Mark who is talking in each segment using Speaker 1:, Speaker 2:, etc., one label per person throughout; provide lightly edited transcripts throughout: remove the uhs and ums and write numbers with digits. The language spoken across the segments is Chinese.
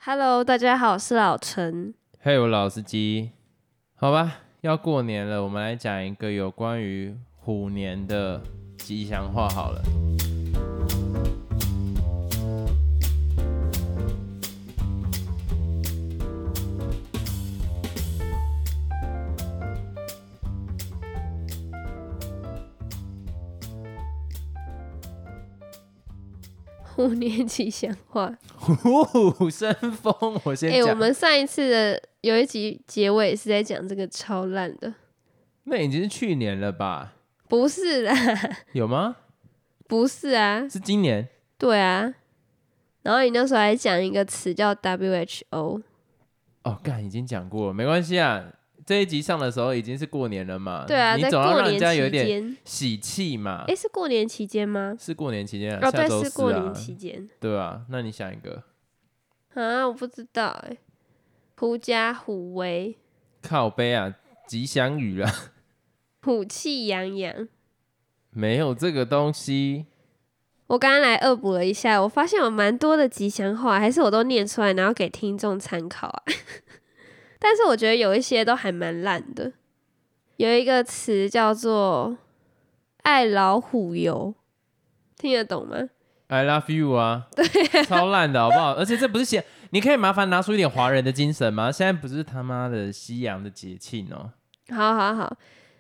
Speaker 1: Hello， 大家好，我是老陈。
Speaker 2: 嘿，我老司机。好吧，要过年了，我们来讲一个有关于虎年的吉祥话好了。
Speaker 1: 虎年吉祥话，
Speaker 2: 虎虎生风，我先讲。
Speaker 1: 我们上一次的有一集结尾是在讲这个超烂的，
Speaker 2: 那已经是去年了吧？
Speaker 1: 不是啦，
Speaker 2: 有吗？
Speaker 1: 不是啊，
Speaker 2: 是今年。
Speaker 1: 对啊。然后你那时候还讲一个词叫 WHO，
Speaker 2: 哦，干，已经讲过了，没关系啊。这一集上的时候已经是过年了嘛？
Speaker 1: 对啊，
Speaker 2: 你总要让
Speaker 1: 在过年
Speaker 2: 人家有一
Speaker 1: 期间
Speaker 2: 点喜气嘛。
Speaker 1: 是过年期间吗？
Speaker 2: 是过年期间啊，
Speaker 1: 哦，对，
Speaker 2: 下周四啊，
Speaker 1: 是过年期间。
Speaker 2: 对啊，那你想一个。
Speaker 1: 啊，我不知道狐假虎威，
Speaker 2: 靠背啊，吉祥语啦。
Speaker 1: 虎气洋洋。
Speaker 2: 没有这个东西。
Speaker 1: 我刚刚来恶补了一下，我发现有蛮多的吉祥话，还是我都念出来，然后给听众参考啊。但是我觉得有一些都还蛮烂的。有一个词叫做“爱老虎油”，听得懂吗？
Speaker 2: I love you 啊，对啊，超烂的好不好？而且这不是写，你可以麻烦拿出一点华人的精神吗？现在不是他妈的西洋的节庆哦。
Speaker 1: 好好好，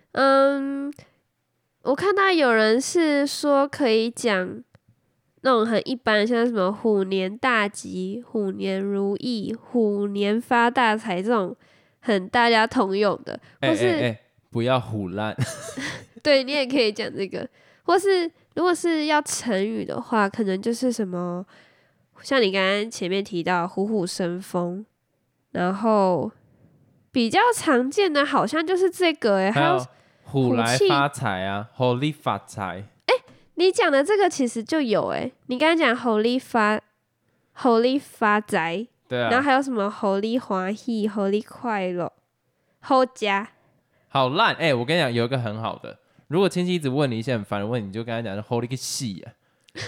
Speaker 1: 我看到有人是说可以讲那种很一般，像什么虎年大吉、虎年如意、虎年发大财这种很大家通用的，或是
Speaker 2: 不要唬烂。
Speaker 1: 对你也可以讲这个，或是如果是要成语的话，可能就是什么，像你刚刚前面提到虎虎生风，然后比较常见的好像就是这个还有
Speaker 2: 虎来发财啊，虎力发财。
Speaker 1: 你讲的这个其实就有你刚才讲虎力发财，
Speaker 2: 对啊，
Speaker 1: 然后还有什么虎力欢喜、虎力快乐、好家，
Speaker 2: 好烂我跟你讲，有一个很好的，如果亲戚一直问你一些很烦的问题，你就跟他讲虎力个戏啊。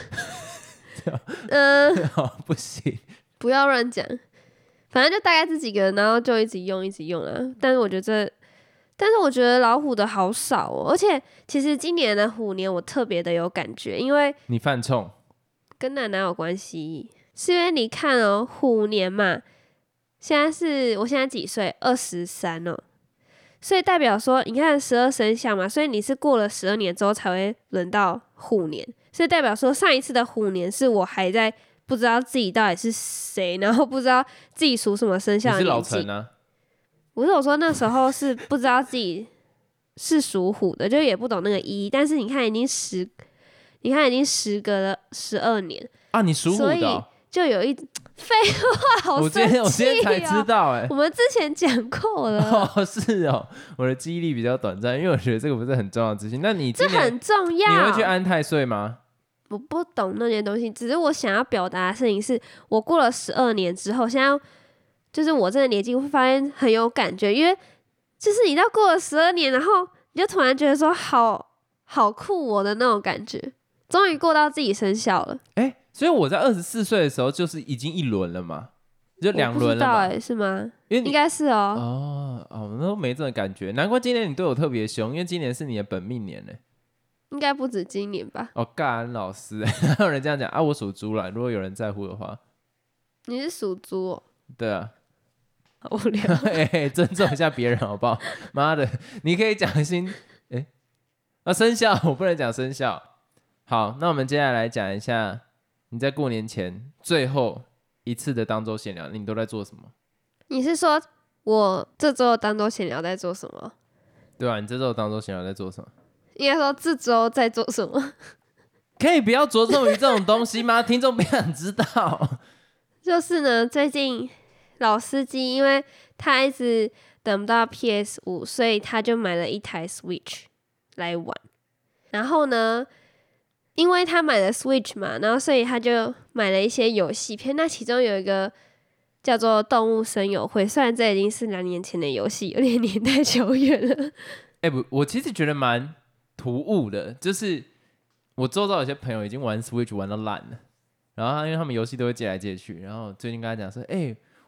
Speaker 2: 不行，
Speaker 1: 不要乱讲，反正就大概这几个，然后就一直用啊。但是我觉得老虎的好少而且其实今年的虎年我特别的有感觉，因为
Speaker 2: 你犯冲
Speaker 1: 跟奶奶有关系，是因为你看虎年嘛，我现在几岁？23所以代表说，你看12生肖嘛，所以你是过了12年之后才会轮到虎年，所以代表说上一次的虎年是我还在不知道自己到底是谁，然后不知道自己属什么生肖的年纪。
Speaker 2: 你是老陈啊？
Speaker 1: 不是，我说那时候是不知道自己是属虎的，就也不懂那个意义。但是你看已经时隔了12年
Speaker 2: 啊，你属虎的
Speaker 1: 所以就有一废话，好生气
Speaker 2: 我今天才知道
Speaker 1: 我们之前讲过了。
Speaker 2: 是哦，我的记忆力比较短暂，因为我觉得这个不是很重要的资讯。那你今年
Speaker 1: 这很重要，
Speaker 2: 你会去安太岁吗？
Speaker 1: 我不懂那些东西，只是我想要表达的事情是，我过了12年之后，现在就是我这个年纪会发现很有感觉，因为就是你到过了12年，然后你就突然觉得说好酷的那种感觉，终于过到自己生肖了。
Speaker 2: 所以我在24岁的时候就是已经一轮了嘛，就2轮了嘛。
Speaker 1: 我不知道是吗？
Speaker 2: 因为
Speaker 1: 应该是哦。
Speaker 2: 那都没这种感觉，难怪今年你对我特别凶，因为今年是你的本命年呢。
Speaker 1: 应该不止今年吧？
Speaker 2: 干老师，还有人这样讲啊？我属猪啦，如果有人在乎的话。
Speaker 1: 你是属猪哦？
Speaker 2: 对啊。
Speaker 1: 好无聊。
Speaker 2: 尊重一下别人好不好？妈的，你可以讲生肖，我不能讲生肖。好，那我们接下来讲一下你在过年前最后一次的当周闲聊，你都在做什么？
Speaker 1: 你是说我这周当周闲聊在做什么？
Speaker 2: 对啊，你这周当周闲聊在做什么？
Speaker 1: 应该说这周在做什么？
Speaker 2: 可以不要着重于这种东西吗？听众不想知道。
Speaker 1: 就是呢，最近老司机因为他一直等不到 PS5，所以他就买了一台 Switch 来玩。然后呢，因为他买了 Switch 嘛，然后所以他就买了一些游戏片。那其中有一个叫做《动物森友会》，虽然这已经是2年前的游戏，有点年代久远了。
Speaker 2: 我其实觉得蛮突兀的，就是我周遭有些朋友已经玩 Switch 玩到烂了，然后因为他们游戏都会借来借去，然后最近跟他讲说，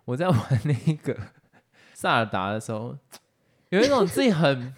Speaker 2: 我在玩那个萨尔达的时候，有一种自己很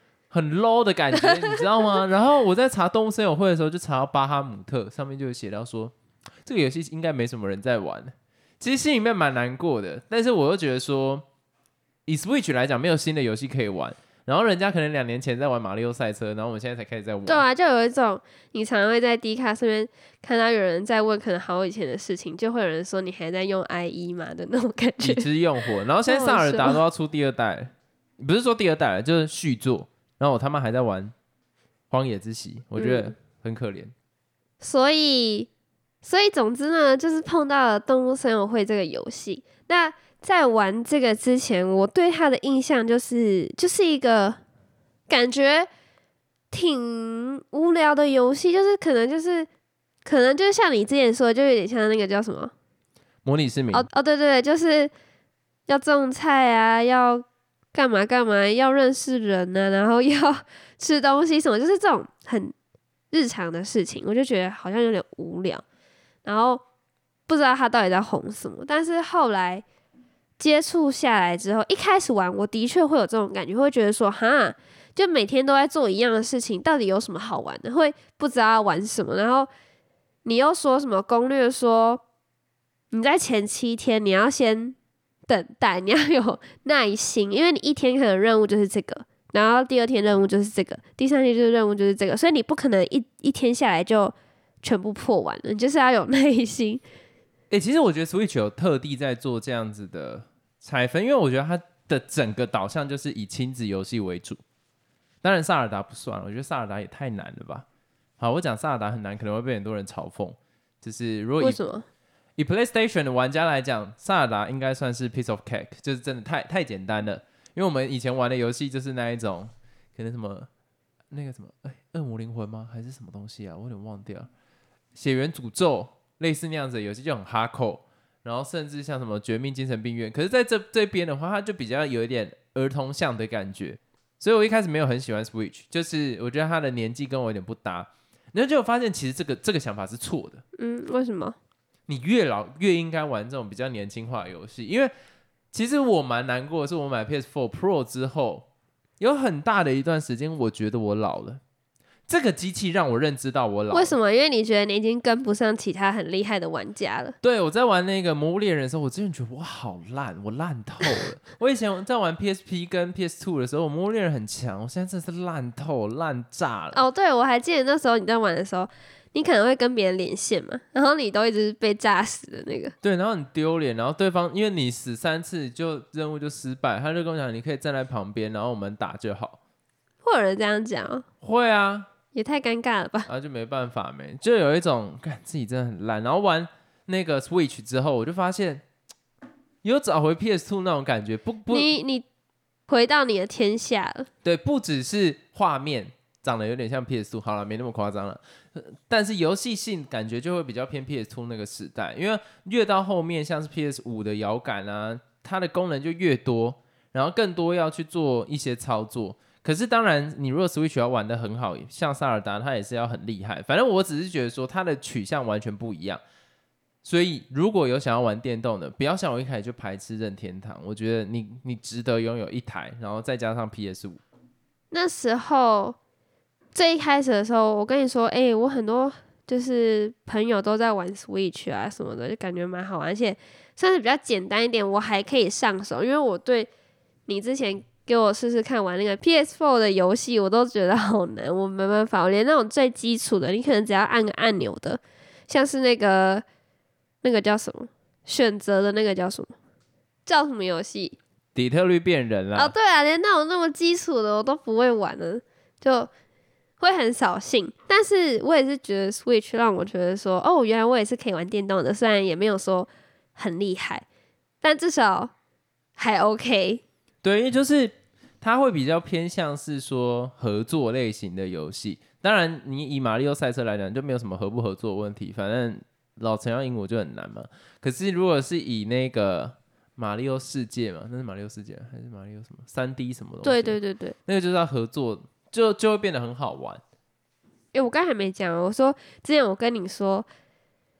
Speaker 2: low 的感觉，你知道吗？然后我在查动物森友会的时候，就查到巴哈姆特，上面就有写到说，这个游戏应该没什么人在玩。其实心里面蛮难过的，但是我又觉得说，以 Switch 来讲，没有新的游戏可以玩。然后人家可能2年前在玩马里奥赛车，然后我们现在才开始在玩。
Speaker 1: 对啊，就有一种你常常会在 D 卡上面看到有人在问可能好以前的事情，就会有人说你还在用 IE 嘛的那种感觉。
Speaker 2: 已知用火，然后现在萨尔达都要出第2代了，不是说第2代了，就是续作。然后我他妈还在玩荒野之息，我觉得很可怜。
Speaker 1: 所以总之呢，就是碰到了动物森友会这个游戏。那在玩这个之前，我对它的印象就是一个感觉挺无聊的游戏，就是可能就是像你之前说的，就有点像那个叫什么
Speaker 2: 模拟市民。
Speaker 1: 对对对，就是要种菜啊，要干嘛干嘛，要认识人啊，然后要吃东西什么，就是这种很日常的事情，我就觉得好像有点无聊，然后不知道他到底在红什么。但是后来接触下来之后，一开始玩我的确会有这种感觉，会觉得说哈，就每天都在做一样的事情，到底有什么好玩的？会不知道要玩什么，然后你又说什么攻略说你在前7天你要先等待，你要有耐心，因为你一天可能任务就是这个，然后第2天任务就是这个，第3天就是任务就是这个，所以你不可能一天下来就全部破完了，你就是要有耐心。
Speaker 2: 其实我觉得 Switch 有特地在做这样子的拆分，因为我觉得它的整个导向就是以亲子游戏为主。当然萨尔达不算，我觉得萨尔达也太难了吧。好，我讲萨尔达很难，可能会被很多人嘲讽。就是如果
Speaker 1: 为什么？
Speaker 2: 以 PlayStation 的玩家来讲，萨尔达应该算是 piece of cake， 就是真的太简单了。因为我们以前玩的游戏就是那一种，可能什么那个什么，恶魔灵魂吗？还是什么东西啊？我有点忘掉。血缘诅咒类似那样子的游戏就很 hardcore， 然后甚至像什么绝命精神病院，可是在这边的话，它就比较有一点儿童向的感觉。所以我一开始没有很喜欢 Switch， 就是我觉得他的年纪跟我有点不搭。然后结果发现其实这个想法是错的。
Speaker 1: 为什么？
Speaker 2: 你越老越应该玩这种比较年轻化的游戏，因为其实我蛮难过的是，我买 PS4 Pro 之后，有很大的一段时间，我觉得我老了。这个机器让我认知到我老了。
Speaker 1: 为什么？因为你觉得你已经跟不上其他很厉害的玩家了。
Speaker 2: 对，我在玩那个《魔物猎人》的时候，我真的觉得我好烂，我烂透了。我以前在玩 PSP 跟 PS2 的时候，《魔物猎人》很强，我现在真的是烂透烂炸了。
Speaker 1: 对，我还记得那时候你在玩的时候，你可能会跟别人连线嘛，然后你都一直被炸死的那个。
Speaker 2: 对，然后很丢脸，然后对方因为你死3次就任务就失败，他就跟我讲你可以站在旁边，然后我们打就好。
Speaker 1: 会有人这样讲？
Speaker 2: 会啊。
Speaker 1: 也太尴尬了吧。
Speaker 2: 然后就没办法没，就有一种干自己真的很烂。然后玩那个 Switch 之后，我就发现有找回 PS2 那种感觉。
Speaker 1: 你回到你的天下了。
Speaker 2: 对，不只是画面长得有点像 PS2， 好了，没那么夸张了。但是游戏性感觉就会比较偏 PS2 那个时代，因为越到后面像是 PS5 的摇杆啊，它的功能就越多，然后更多要去做一些操作。可是当然，你如果 Switch 要玩得很好，像萨尔达，它也是要很厉害。反正我只是觉得说，它的取向完全不一样。所以如果有想要玩电动的，不要像我一开始就排斥任天堂。我觉得你值得拥有一台，然后再加上 PS5。
Speaker 1: 那时候最一开始的时候，我跟你说，我很多就是朋友都在玩 Switch 啊什么的，就感觉蛮好玩，而且算是比较简单一点，我还可以上手。因为我对你之前给我试试看玩那个 PS4 的游戏，我都觉得好难，我没办法，我连那种最基础的，你可能只要按个按钮的，像是那个叫什么选择的那个叫什么游戏？
Speaker 2: 底特律变人啦。
Speaker 1: 对啊，连那种那么基础的我都不会玩的，就会很扫兴。但是我也是觉得 Switch 让我觉得说，原来我也是可以玩电动的，虽然也没有说很厉害，但至少还 OK。
Speaker 2: 对，因为就是它会比较偏向是说合作类型的游戏。当然，你以马里奥赛车来讲，就没有什么合不合作的问题，反正老陈要赢我就很难嘛。可是如果是以那个马里奥世界嘛，那是马里奥世界还是马里奥什么3D 什么东西？
Speaker 1: 对，
Speaker 2: 那个就是要合作，就会变得很好玩。
Speaker 1: 我刚才还没讲，我说之前我跟你说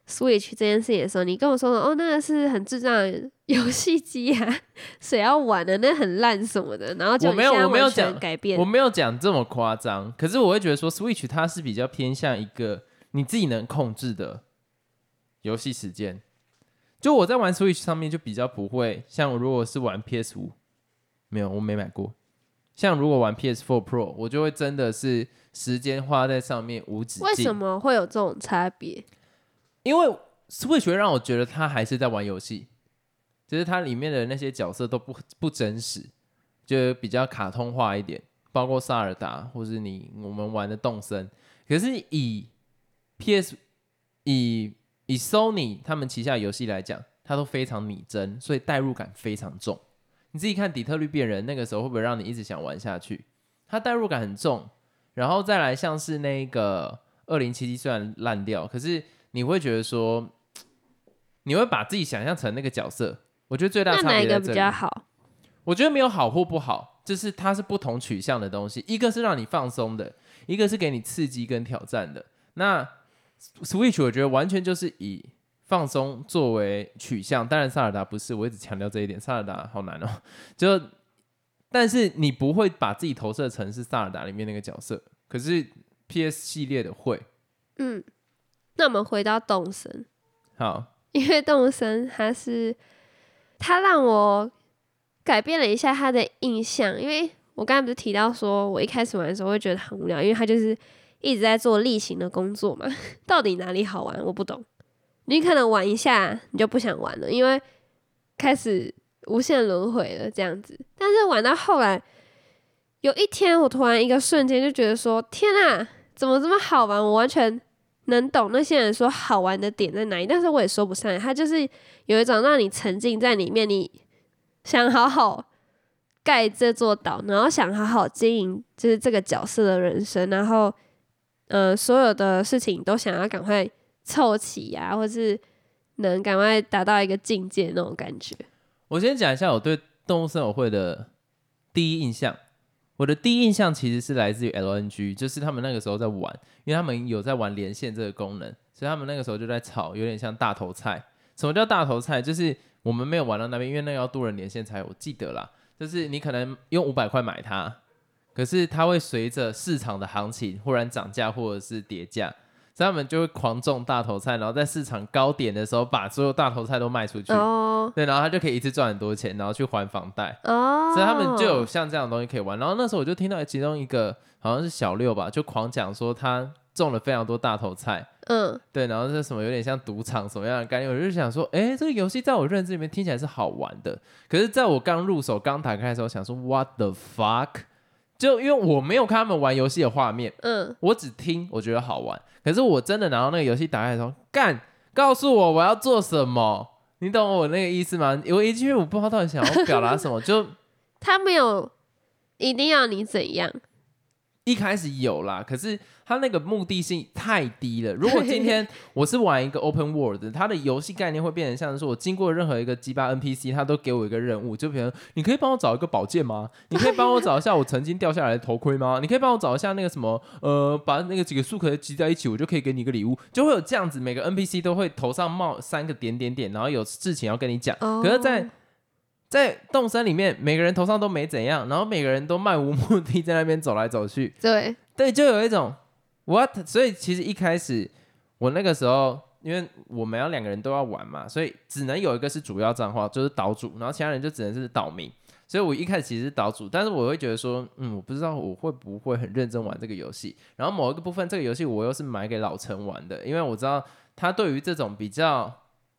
Speaker 1: Switch 这件事情的时候，你跟我说哦，那个是很智障的游戏机啊，谁要玩的？那很烂什么的。然后就你现在完全改变。
Speaker 2: 我没有讲这么夸张，可是我会觉得说 Switch 它是比较偏向一个你自己能控制的游戏时间。就我在玩 Switch 上面就比较不会像如果是玩 PS5， 没有，我没买过。像如果玩 PS4 Pro， 我就会真的是时间花在上面无止境。
Speaker 1: 为什么会有这种差别？
Speaker 2: 因为 Switch 会让我觉得他还是在玩游戏，就是它里面的那些角色都不真实，就比较卡通化一点，包括萨尔达或是我们玩的动森。可是以 Sony 他们旗下的游戏来讲，它都非常拟真，所以代入感非常重。你自己看底特律变人那个时候会不会让你一直想玩下去？它代入感很重，然后再来像是那个2077虽然烂掉，可是你会觉得说，你会把自己想象成那个角色。我觉得最大差别在这里。那哪一个比较好？我觉得没有好或不好，就是它是不同取向的东西，一个是让你放松的，一个是给你刺激跟挑战的。那 Switch 我觉得完全就是以放松作为取向，当然萨尔达不是，我一直强调这一点，萨尔达好难哦。但是你不会把自己投射成是萨尔达里面那个角色，可是 PS 系列的会。
Speaker 1: 那我们回到动森。
Speaker 2: 好，
Speaker 1: 因为动森它让我改变了一下它的印象，因为我刚才不是提到说我一开始玩的时候会觉得很无聊，因为它就是一直在做例行的工作嘛，到底哪里好玩我不懂。你可能玩一下你就不想玩了，因为开始无限轮回了这样子。但是玩到后来，有一天我突然一个瞬间就觉得说，天啊，怎么这么好玩？我完全能懂那些人说好玩的点在哪里，但是我也说不上来。它就是有一种让你沉浸在里面，你想好好盖这座岛，然后想好好经营就是这个角色的人生，然后所有的事情都想要赶快凑齐啊，或是能赶快达到一个境界那种感觉。
Speaker 2: 我先讲一下我对动物森友会的第一印象。我的第一印象其实是来自于 LNG， 就是他们那个时候在玩，因为他们有在玩连线这个功能，所以他们那个时候就在吵，有点像大头菜。什么叫大头菜？就是我们没有玩到那边，因为那个要多人连线才有，我记得啦。就是你可能用500块买它，可是它会随着市场的行情忽然涨价或者是跌价，所以他们就会狂种大头菜，然后在市场高点的时候把所有大头菜都卖出去。对，然后他就可以一次赚很多钱，然后去还房贷。所以他们就有像这样的东西可以玩。然后那时候我就听到其中一个好像是小六吧，就狂讲说他种了非常多大头菜。对，然后是什么有点像赌场什么样的概念，我就想说，这个游戏在我认知里面听起来是好玩的，可是在我刚入手刚打开的时候想说 What the fuck， 就因为我没有看他们玩游戏的画面，我只听我觉得好玩，可是我真的拿到那个游戏打开的时候，干，告诉我要做什么，你懂我那个意思吗？我一进去我不知道到底想要表达什么，就
Speaker 1: 他没有一定要你怎样。
Speaker 2: 一开始有啦，可是他那个目的性太低了。如果今天我是玩一个 open world， 它的游戏概念会变成像是说，我经过任何一个鸡巴 NPC， 他都给我一个任务，就比如你可以帮我找一个宝剑吗？你可以帮我找一下我曾经掉下来的头盔吗？你可以帮我找一下那个什么把那个几个树壳集在一起，我就可以给你一个礼物，就会有这样子，每个 NPC 都会头上冒3个点点点，然后有事情要跟你讲。可是在动森里面，每个人头上都没怎样，然后每个人都漫无目的在那边走来走去。对，就有一种 what， 所以其实一开始我那个时候，因为我们要2个人都要玩嘛，所以只能有一个是主要账号，就是岛主，然后其他人就只能是岛民。所以我一开始其实是岛主，但是我会觉得说，我不知道我会不会很认真玩这个游戏。然后某一个部分，这个游戏我又是买给老陈玩的，因为我知道他对于这种比较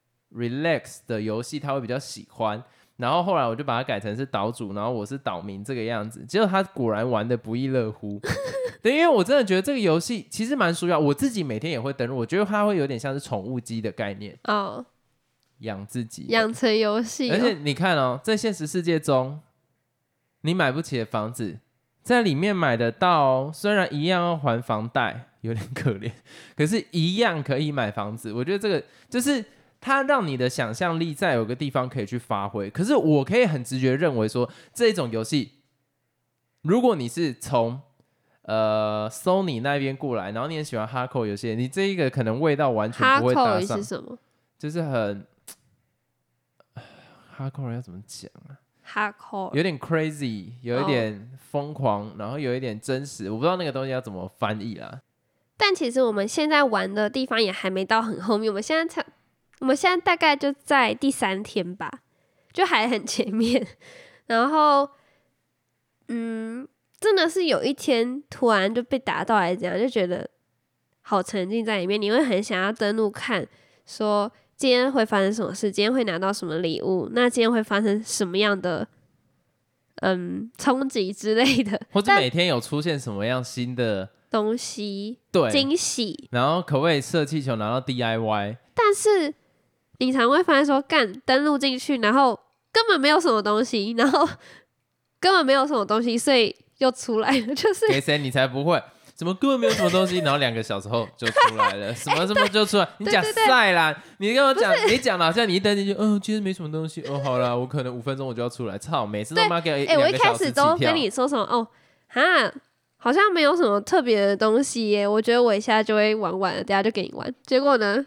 Speaker 2: relax 的游戏，他会比较喜欢。然后后来我就把它改成是岛主，然后我是岛民这个样子，结果他果然玩的不亦乐乎。对，因为我真的觉得这个游戏其实蛮需要，我自己每天也会登录，我觉得它会有点像是宠物鸡的概念养自己
Speaker 1: 养成游戏。
Speaker 2: 而且你看在现实世界中，你买不起的房子在里面买得到虽然一样要还房贷，有点可怜，可是一样可以买房子。我觉得这个就是它让你的想象力在有个地方可以去发挥。可是我可以很直觉认为说，这种游戏如果你是从 Sony 那边过来，然后你很喜欢 hardcore 游戏，你这一个可能味道完全不会搭
Speaker 1: Hardcore
Speaker 2: 上。
Speaker 1: 是什么
Speaker 2: 就是很 hardcore 要怎么讲啊？
Speaker 1: ？Hardcore
Speaker 2: 有点 crazy， 有一点疯狂，然后有一点真实，我不知道那个东西要怎么翻译啦。
Speaker 1: 但其实我们现在玩的地方也还没到很后面，我们现在大概就在第3天吧，就还很前面。然后，真的是有一天突然就被打到还是怎样，就觉得好沉浸在里面，你会很想要登录看，说今天会发生什么事，今天会拿到什么礼物，那今天会发生什么样的冲击之类的，
Speaker 2: 或者每天有出现什么样新的
Speaker 1: 东西，
Speaker 2: 对
Speaker 1: 惊喜。
Speaker 2: 然后可不可以射气球拿到 DIY？
Speaker 1: 但是你常会发现说，登录进去，然后根本没有什么东西，然后根本没有什么东西，所以又出来了，就是
Speaker 2: 给谁你才不会？怎么根本没有什么东西，然后2个小时后就出来了，什么什么就出来？你讲赛啦，你跟我讲，你讲的好像你一登进去，其实没什么东西，好啦，我可能5分钟我就要出来，操，每次都妈给我
Speaker 1: 我一开始都跟你说什么好像没有什么特别的东西耶，我觉得我一下就会玩完了，等下就给你玩，结果呢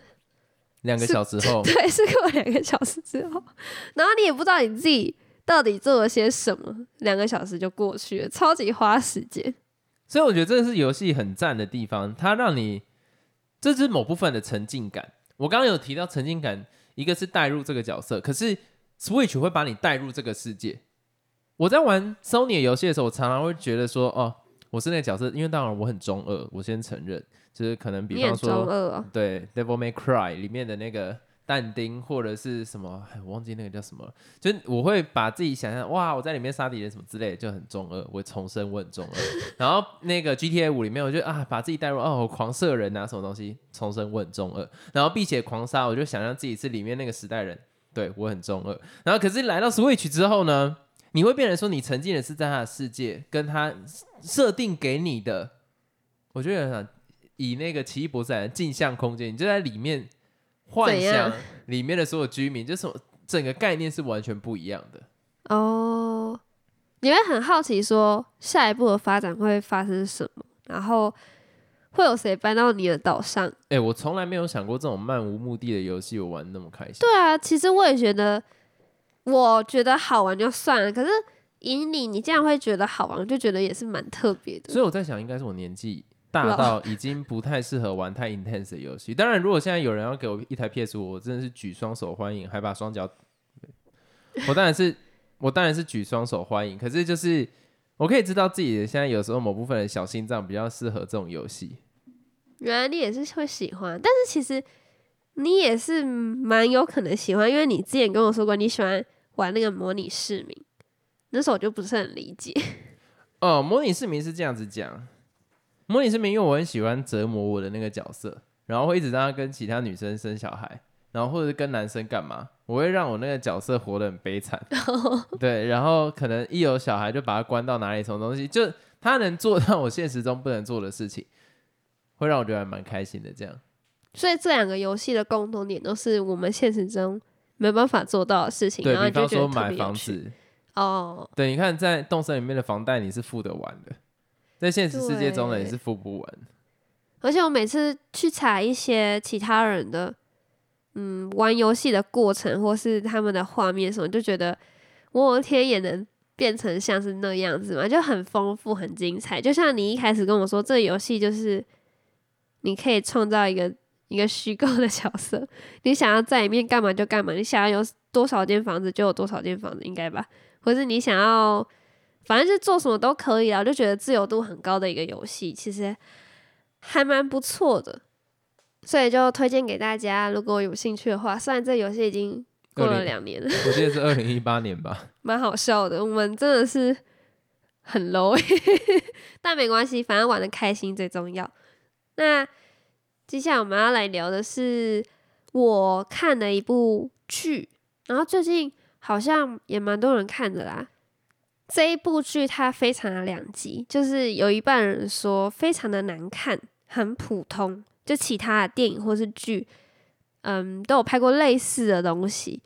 Speaker 2: 2个小时后，
Speaker 1: 对，是过2个小时之后，然后你也不知道你自己到底做了些什么，2个小时就过去了，超级花时间。
Speaker 2: 所以我觉得这个是游戏很赞的地方，它让你这是某部分的沉浸感。我刚刚有提到沉浸感，一个是带入这个角色，可是 Switch 会把你带入这个世界。我在玩 Sony 的游戏的时候，我常常会觉得说，我是那个角色，因为当然我很中二，我先承认，就是可能比方说，
Speaker 1: 你很中二哦，
Speaker 2: 对 Devil May Cry 里面的那个但丁或者是什么，我忘记那个叫什么了，就是我会把自己想象，哇，我在里面杀敌人什么之类的，就很中二，我重申我很中二。然后那个 GTA 5里面，我就把自己带入，我狂射人啊什么东西，重申我很中二。然后并且狂杀，我就想象自己是里面那个时代人，对我很中二。然后可是来到 Switch 之后呢，你会变成说你沉浸的是在他的世界，跟他设定给你的，我觉得以那个奇异博士来的镜像空间，你就在里面。幻想里面的所有居民，就是整个概念是完全不一样的
Speaker 1: 哦。你会很好奇说下一步的发展会发生什么，然后会有谁搬到你的岛上？
Speaker 2: 我从来没有想过这种漫无目的的游戏我玩那么开心。
Speaker 1: 对啊，其实我也觉得，我觉得好玩就算了，可是以你这样会觉得好玩，就觉得也是蛮特别的。
Speaker 2: 所以我在想，应该是我年纪大到已经不太适合玩太 intense 的游戏。当然，如果现在有人要给我一台 PS5，我真的是举双手欢迎，还把双脚，我当然是举双手欢迎。可是就是我可以知道自己现在有时候某部分的小心脏比较适合这种游戏。
Speaker 1: 原来你也是会喜欢，但是其实你也是蛮有可能喜欢，因为你之前跟我说过你喜欢玩那个模拟市民，那时候我就不是很理解。
Speaker 2: 模拟市民是这样子讲。模拟市民，因为我很喜欢折磨我的那个角色，然后会一直让他跟其他女生生小孩，然后或者是跟男生干嘛，我会让我那个角色活得很悲惨。对，然后可能一有小孩就把他关到哪里，什么东西，就他能做到我现实中不能做的事情，会让我觉得还蛮开心的。这样，
Speaker 1: 所以这2个游戏的共同点都是我们现实中没办法做到的事情。
Speaker 2: 对，
Speaker 1: 然后
Speaker 2: 比方说
Speaker 1: 你就觉得特别
Speaker 2: 买房子，
Speaker 1: 对，
Speaker 2: 你看在动森里面的房贷你是付得完的。在现实世界中呢，也是付不完。
Speaker 1: 而且我每次去查一些其他人的玩游戏的过程，或是他们的画面什么，就觉得我的天也能变成像是那样子嘛，就很丰富很精彩。就像你一开始跟我说，这个游戏就是你可以创造一个虚构的角色，你想要在里面干嘛就干嘛，你想要有多少间房子就有多少间房子，应该吧？或是你想要反正就做什么都可以啦，我就觉得自由度很高的一个游戏，其实还蛮不错的，所以就推荐给大家，如果有兴趣的话。虽然这游戏已经过了2年了，
Speaker 2: 我记得是2018年吧，
Speaker 1: 蛮好笑的。我们真的是很 low 但没关系，反正玩得开心最重要。那接下来我们要来聊的是我看的一部剧，然后最近好像也蛮多人看的啦。这一部剧它非常的两极，就是有一半人说非常的难看，很普通，就其他的电影或是剧，都有拍过类似的东西。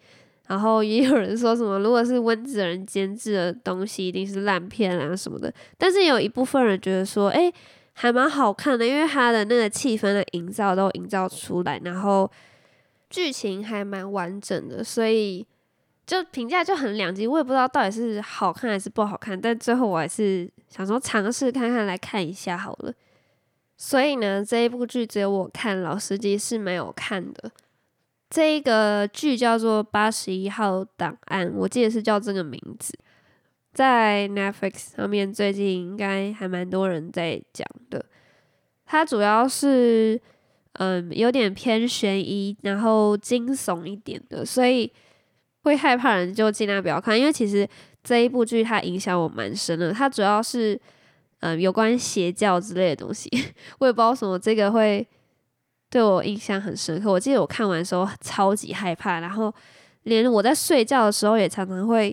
Speaker 1: 然后也有人说什么，如果是温子仁监制的东西，一定是烂片啊什么的。但是有一部分人觉得说，还蛮好看的，因为他的那个气氛的营造都营造出来，然后剧情还蛮完整的，所以就评价就很两极。我也不知道到底是好看还是不好看，但最后我还是想说尝试看看来看一下好了。所以呢，这一部剧只有我看，老司机是没有看的。这一个剧叫做《81号档案》，我记得是叫这个名字，在 Netflix 上面最近应该还蛮多人在讲的。它主要是有点偏悬疑，然后惊悚一点的，所以会害怕的人就尽量不要看，因为其实这一部剧它影响我蛮深的。它主要是有关邪教之类的东西，我也不知道为什么这个会对我印象很深刻。我记得我看完的时候超级害怕，然后连我在睡觉的时候也常常会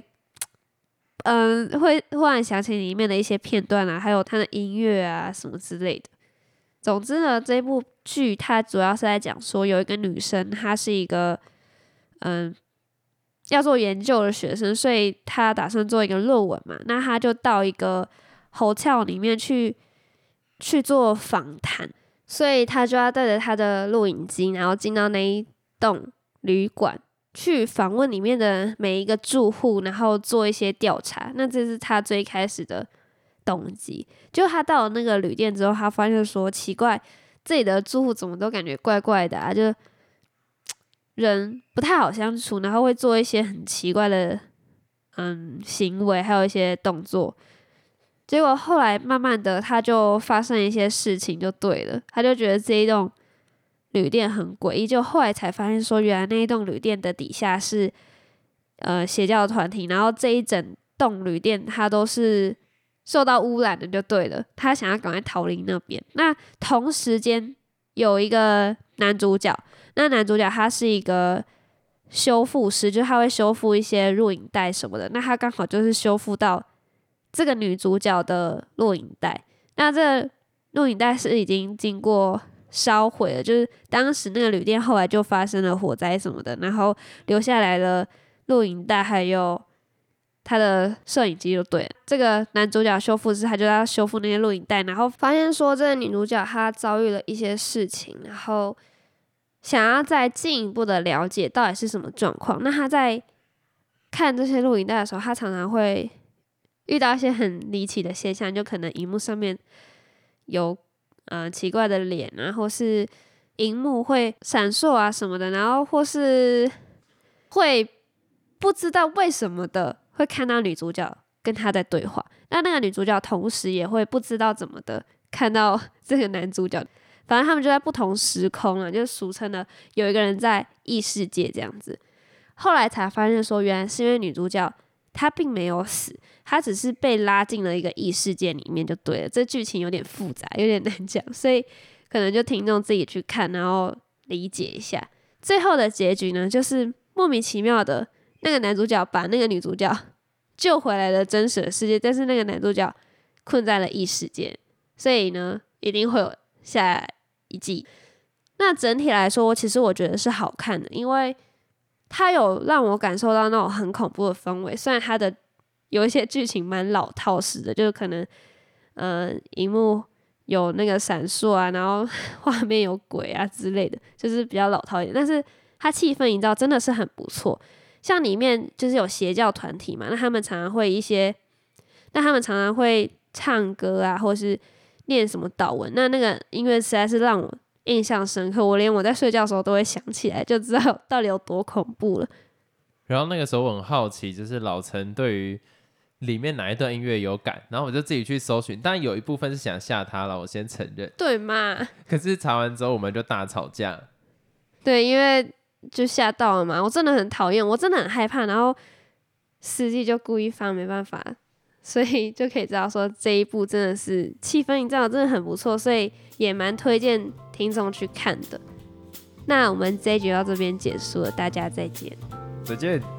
Speaker 1: 忽然想起里面的一些片段啊，还有它的音乐啊什么之类的。总之呢，这部剧它主要是在讲说，有一个女生，她是一个要做研究的学生，所以她打算做一个论文嘛。那她就到一个 hotel 里面去做访谈。所以他就要带着他的录影机，然后进到那一栋旅馆去访问里面的每一个住户，然后做一些调查。那这是他最开始的动机。就他到了那个旅店之后，他发现说奇怪，这里的住户怎么都感觉怪怪的啊，就人不太好相处，然后会做一些很奇怪的行为，还有一些动作。结果后来慢慢的，他就发生一些事情，就对了。他就觉得这一栋旅店很诡异，就后来才发现说，原来那一栋旅店的底下是邪教团体，然后这一整栋旅店它都是受到污染的，就对了。他想要赶快逃离那边。那同时间有一个男主角，那男主角他是一个修复师，就是他会修复一些录影带什么的。那他刚好就是修复到这个女主角的录影带，那这个录影带是已经经过烧毁了，就是当时那个旅店后来就发生了火灾什么的，然后留下来的录影带还有他的摄影机就对了。这个男主角修复师他就要修复那些录影带，然后发现说这个女主角她遭遇了一些事情，然后想要再进一步的了解到底是什么状况。那他在看这些录影带的时候，他常常会遇到一些很离奇的现象，就可能荧幕上面有奇怪的脸啊，或是荧幕会闪烁啊什么的，然后或是会不知道为什么的会看到女主角跟他在对话，那个女主角同时也会不知道怎么的看到这个男主角，反正他们就在不同时空啊，就俗称的有一个人在异世界这样子。后来才发现说，原来是因为女主角她并没有死，她只是被拉进了一个异世界里面就对了。这剧情有点复杂，有点难讲，所以可能就听众自己去看，然后理解一下。最后的结局呢，就是莫名其妙的，那个男主角把那个女主角救回来了真实的世界，但是那个男主角困在了异世界，所以呢，一定会有下一季。那整体来说，其实我觉得是好看的，因为它有让我感受到那种很恐怖的氛围。虽然它的有一些剧情蛮老套式的，就是可能荧幕有那个闪烁啊，然后画面有鬼啊之类的，就是比较老套一点。但是它气氛营造真的是很不错。像里面就是有邪教团体嘛，那他们常常会唱歌啊，或是念什么祷文。那个音乐实在是让我印象深刻，我连我在睡觉的时候都会想起来，就知道到底有多恐怖了。
Speaker 2: 然后那个时候我很好奇，就是老陈对于里面哪一段音乐有感，然后我就自己去搜寻，但有一部分是想吓他了，我先承认。
Speaker 1: 对嘛？
Speaker 2: 可是查完之后我们就大吵架。
Speaker 1: 对，因为就吓到了嘛，我真的很讨厌，我真的很害怕，然后司机就故意放，没办法，所以就可以知道说这一部真的是气氛营造真的很不错，所以也蛮推荐听众去看的。那我们这一集到这边结束了，大家再见。
Speaker 2: 再见。